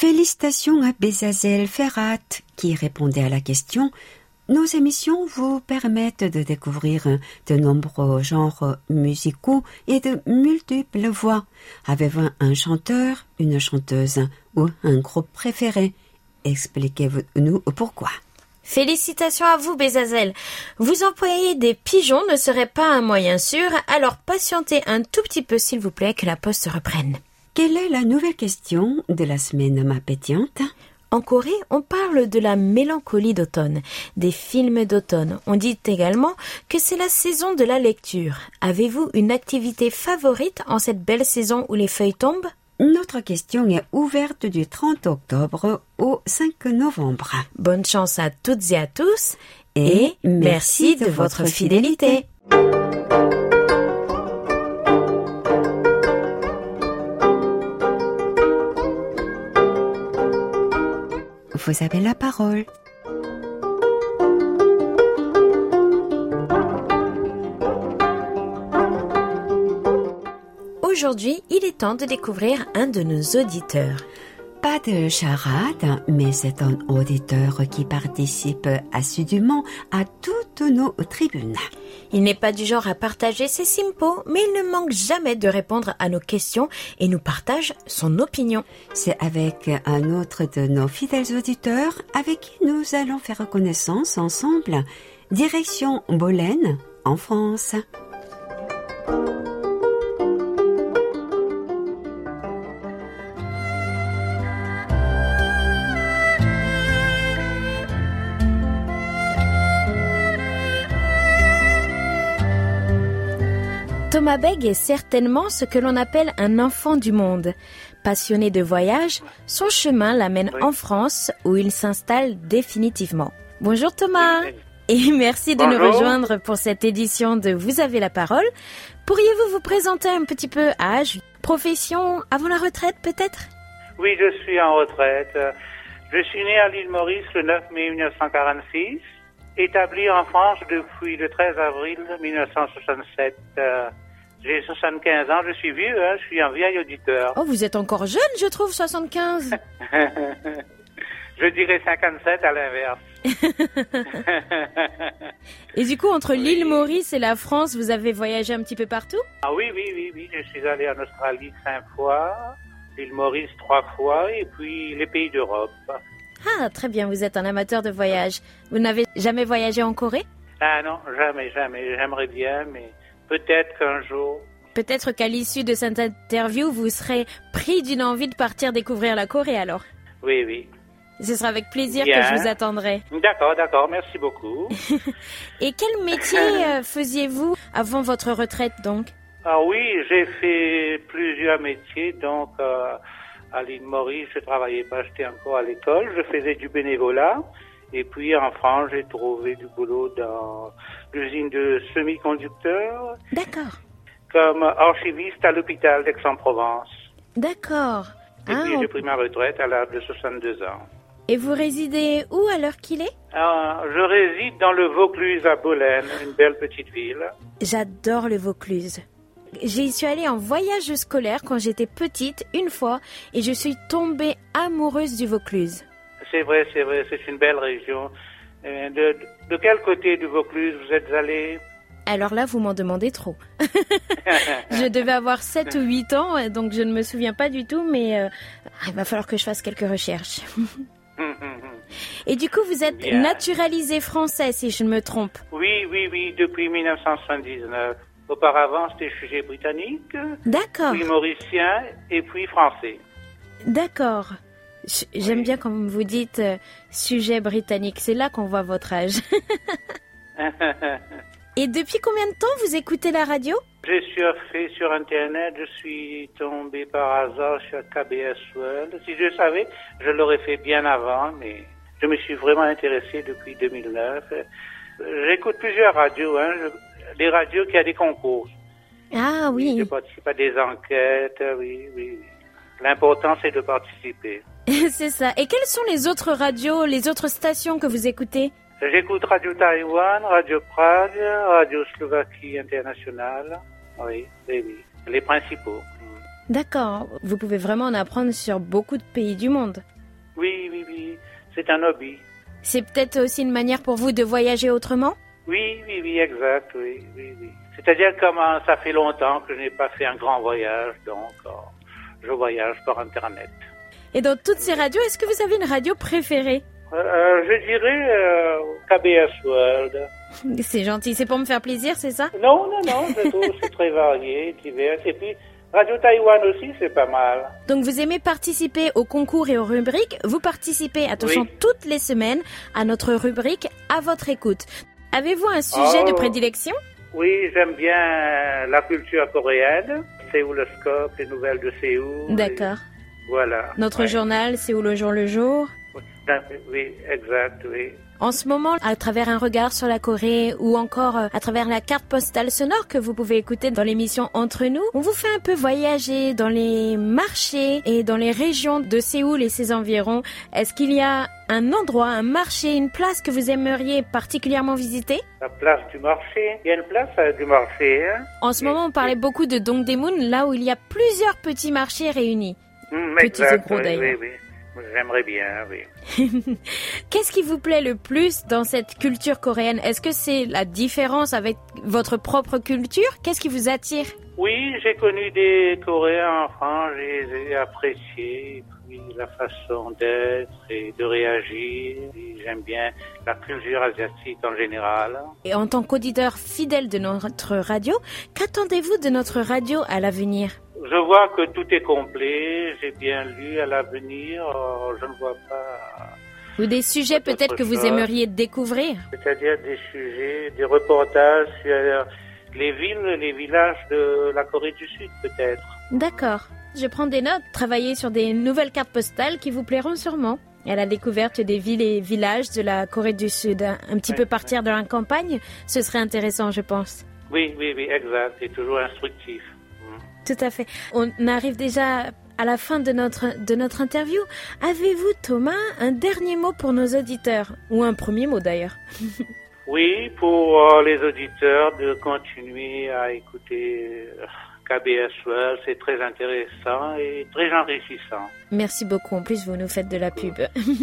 Félicitations à Bezazel Ferrat qui répondait à la question. Nos émissions vous permettent de découvrir de nombreux genres musicaux et de multiples voix. Avez-vous un chanteur, une chanteuse ou un groupe préféré? Expliquez-nous pourquoi. Félicitations à vous, Bezazel. Vous employer des pigeons ne serait pas un moyen sûr, alors patientez un tout petit peu s'il vous plaît que la poste reprenne. Quelle est la nouvelle question de la semaine, ma pétillante? En Corée, on parle de la mélancolie d'automne, des films d'automne. On dit également que c'est la saison de la lecture. Avez-vous une activité favorite en cette belle saison où les feuilles tombent? Notre question est ouverte du trente octobre au cinq novembre. Bonne chance à toutes et à tous et, et merci de, de votre fidélité. Vous avez la parole. Aujourd'hui, il est temps de découvrir un de nos auditeurs. Pas de charade, mais c'est un auditeur qui participe assidûment à toutes nos tribunes. Il n'est pas du genre à partager ses simpos, mais il ne manque jamais de répondre à nos questions et nous partage son opinion. C'est avec un autre de nos fidèles auditeurs avec qui nous allons faire connaissance ensemble. Direction Bolène, en France. Thomas Begg est certainement ce que l'on appelle un enfant du monde. Passionné de voyage, son chemin l'amène oui. en France où il s'installe définitivement. Bonjour Thomas oui. et merci de Bonjour. nous rejoindre pour cette édition de Vous avez la parole. Pourriez-vous vous présenter un petit peu âge, profession, avant la retraite peut-être? Oui, je suis en retraite. Je suis né à l'île Maurice le neuf mai mille neuf cent quarante-six. Établi en France depuis le treize avril mille neuf cent soixante-sept. Euh, j'ai soixante-quinze ans, je suis vieux, hein, je suis un vieil auditeur. Oh, vous êtes encore jeune, je trouve, soixante-quinze. Je dirais cinquante-sept à l'inverse. Et du coup, entre oui. l'île Maurice et la France, vous avez voyagé un petit peu partout? Ah oui, oui, oui, oui. Je suis allé en Australie cinq fois, l'île Maurice trois fois, et puis les pays d'Europe. Ah, très bien, vous êtes un amateur de voyage. Vous n'avez jamais voyagé en Corée? Ah non, jamais, jamais. J'aimerais bien, mais peut-être qu'un jour... Peut-être qu'à l'issue de cette interview, vous serez pris d'une envie de partir découvrir la Corée alors? Oui, oui. Ce sera avec plaisir bien. que je vous attendrai. D'accord, d'accord, merci beaucoup. Et quel métier euh, faisiez-vous avant votre retraite donc? Ah oui, j'ai fait plusieurs métiers, donc... Euh, à l'île Maurice, je travaillais pas, j'étais encore à l'école, je faisais du bénévolat. Et puis en France, j'ai trouvé du boulot dans l'usine de semi-conducteurs. D'accord. Comme archiviste à l'hôpital d'Aix-en-Provence. D'accord. Et ah, puis on... j'ai pris ma retraite à l'âge de soixante-deux ans. Et vous résidez où à l'heure qu'il est? Alors, je réside dans le Vaucluse à Bolène, une belle petite ville. J'adore le Vaucluse. J'y suis allée en voyage scolaire quand j'étais petite, une fois, et je suis tombée amoureuse du Vaucluse. C'est vrai, c'est vrai, c'est une belle région. De, de, de quel côté du Vaucluse vous êtes allé? Alors là, vous m'en demandez trop. Je devais avoir sept ou huit ans, donc je ne me souviens pas du tout, mais euh, il va falloir que je fasse quelques recherches. Et du coup, vous êtes Bien. naturalisé français, si je ne me trompe? Oui, oui, oui, depuis mille neuf cent soixante-dix-neuf. Auparavant, c'était sujet britannique, D'accord. puis mauricien et puis français. D'accord. J'aime oui. bien quand vous dites euh, sujet britannique. C'est là qu'on voit votre âge. Et depuis combien de temps vous écoutez la radio? J'ai surfé sur Internet. Je suis tombé par hasard sur K B S World. Si je savais, je l'aurais fait bien avant, mais je me suis vraiment intéressé depuis deux mille neuf. J'écoute plusieurs radios, hein. Je... Les radios qui a des concours. Ah oui. Je participe à des enquêtes, oui, oui. L'important, c'est de participer. C'est ça. Et quelles sont les autres radios, les autres stations que vous écoutez? J'écoute Radio Taïwan, Radio Prague, Radio Slovaquie Internationale. Oui, oui, oui. Les principaux. D'accord, vous pouvez vraiment en apprendre sur beaucoup de pays du monde. Oui, oui, oui, c'est un hobby. C'est peut-être aussi une manière pour vous de voyager autrement? Oui, oui, oui, exact, oui, oui, oui. C'est-à-dire comme euh, ça fait longtemps que je n'ai pas fait un grand voyage, donc euh, je voyage par Internet. Et dans toutes ces radios, est-ce que vous avez une radio préférée? Euh, je dirais euh, K B S World. C'est gentil, c'est pour me faire plaisir, c'est ça? Non, non, non, je trouve que c'est très varié, divers. Et puis, Radio Taïwan aussi, c'est pas mal. Donc vous aimez participer aux concours et aux rubriques. Vous participez, attention, Oui. toutes les semaines à notre rubrique À votre écoute. Avez-vous un sujet Oh. de prédilection? Oui, j'aime bien la culture coréenne, Séouloscope, les nouvelles de Séoul. D'accord. Et voilà. Notre Ouais. journal, c'est où le jour le jour. Oui, exact, oui. En ce moment, à travers un regard sur la Corée ou encore euh, à travers la carte postale sonore que vous pouvez écouter dans l'émission Entre nous, on vous fait un peu voyager dans les marchés et dans les régions de Séoul et ses environs. Est-ce qu'il y a un endroit, un marché, une place que vous aimeriez particulièrement visiter? La place du marché. Il y a une place euh, du marché, hein. En ce moment, on parlait beaucoup de Dongdaemun, là où il y a plusieurs petits marchés réunis. Hum, Petits exact, et gros, oui, d'ailleurs. oui, oui. J'aimerais bien, oui. Qu'est-ce qui vous plaît le plus dans cette culture coréenne? Est-ce que c'est la différence avec votre propre culture? Qu'est-ce qui vous attire? Oui, j'ai connu des Coréens enfants, j'ai j'ai apprécié et puis la façon d'être et de réagir. Et j'aime bien la culture asiatique en général. Et en tant qu'auditeur fidèle de notre radio, qu'attendez-vous de notre radio à l'avenir? Je vois que tout est complet, j'ai bien lu à l'avenir, euh, je ne vois pas... Ou des sujets Peut-être peut-être que vous chose. aimeriez découvrir? C'est-à-dire des sujets, des reportages sur les villes, les villages de la Corée du Sud peut-être. D'accord. Je prends des notes, travailler sur des nouvelles cartes postales qui vous plairont sûrement. À la découverte des villes et villages de la Corée du Sud. Un petit Oui, peu partir de la campagne, ce serait intéressant, je pense. Oui, oui, oui, exact, c'est toujours instructif. Tout à fait. On arrive déjà à la fin de notre, de notre interview. Avez-vous, Thomas, un dernier mot pour nos auditeurs? Ou un premier mot d'ailleurs? Oui, pour euh, les auditeurs de continuer à écouter euh, K B S World, c'est très intéressant et très enrichissant. Merci beaucoup. En plus, vous nous faites de la pub.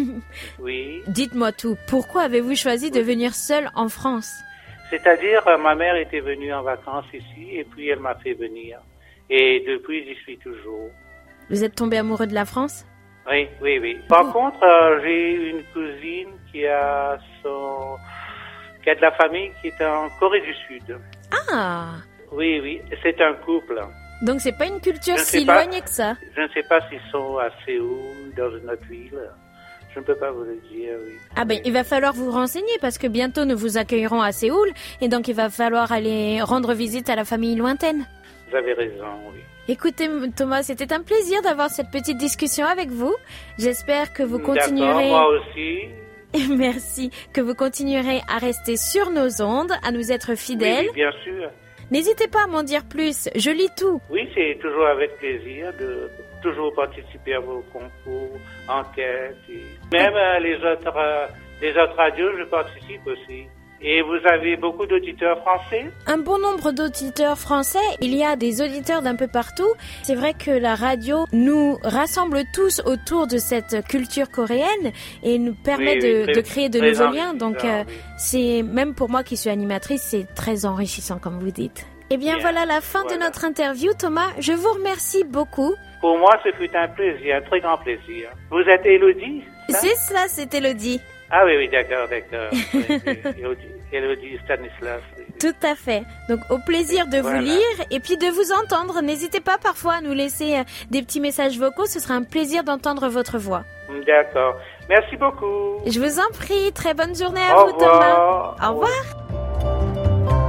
Oui, Dites-moi tout. Pourquoi avez-vous choisi de venir seul en France? c'est-à-dire euh, ma mère était venue en vacances ici et puis elle m'a fait venir. Et depuis, j'y suis toujours. Vous êtes tombé amoureux de la France? Oui, oui, oui. Par contre, euh, j'ai une cousine qui a son, qui a de la famille qui est en Corée du Sud. Ah! Oui, oui, c'est un couple. Donc c'est pas une culture Je ne si sais pas. éloignée que ça. Je ne sais pas s'ils sont à Séoul, dans une autre ville. Je ne peux pas vous le dire, oui. Ah ben, il va falloir vous renseigner parce que bientôt nous vous accueillerons à Séoul et donc il va falloir aller rendre visite à la famille lointaine. Vous avez raison, oui. Écoutez Thomas, c'était un plaisir d'avoir cette petite discussion avec vous. J'espère que vous continuerez... D'accord, moi aussi. Merci, que vous continuerez à rester sur nos ondes, à nous être fidèles. Oui, bien sûr. N'hésitez pas à m'en dire plus, je lis tout. Oui, c'est toujours avec plaisir de toujours participer à vos concours, enquêtes. Et même euh, les autres, euh, les autres radios, je participe aussi. Et vous avez beaucoup d'auditeurs français? Un bon nombre d'auditeurs français, il y a des auditeurs d'un peu partout. C'est vrai que la radio nous rassemble tous autour de cette culture coréenne et nous permet Oui, de, oui, très- de créer de très nouveaux liens. Donc enrichissant, euh, oui. c'est, même pour moi qui suis animatrice, c'est très enrichissant comme vous dites. Eh bien, Bien, voilà la fin voilà. de notre interview. Thomas, je vous remercie beaucoup. Pour moi, ce fut un plaisir, un très grand plaisir. Vous êtes Élodie? ça C'est cela, c'est Élodie. Ah oui, oui, d'accord, d'accord. Oui, oui, Élodie, Élodie Stanislas. Oui, oui. Tout à fait. Donc au plaisir de Voilà. vous lire et puis de vous entendre. N'hésitez pas parfois à nous laisser euh, des petits messages vocaux. Ce sera un plaisir d'entendre votre voix. D'accord. Merci beaucoup. Je vous en prie. Très bonne journée à Au vous, revoir. Thomas. Au revoir.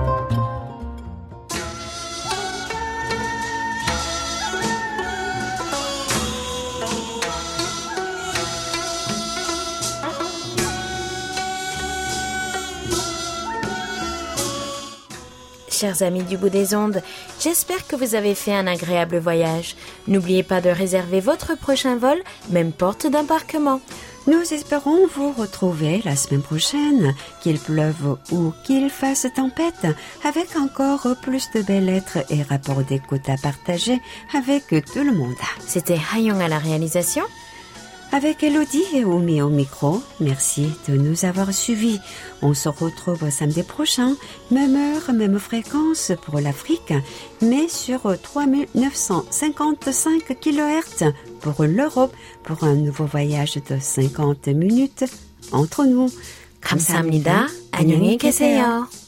Chers amis du bout des ondes, j'espère que vous avez fait un agréable voyage. N'oubliez pas de réserver votre prochain vol, même porte d'embarquement. Nous espérons vous retrouver la semaine prochaine, qu'il pleuve ou qu'il fasse tempête, avec encore plus de belles lettres et rapports d'écoute à partager avec tout le monde. C'était Hayoung à la réalisation. Avec Elodie et Oumi au micro, merci de nous avoir suivis. On se retrouve samedi prochain, même heure, même fréquence pour l'Afrique, mais sur trois mille neuf cent cinquante-cinq kilohertz pour l'Europe, pour un nouveau voyage de cinquante minutes entre nous. 감사합니다. 안녕히 계세요.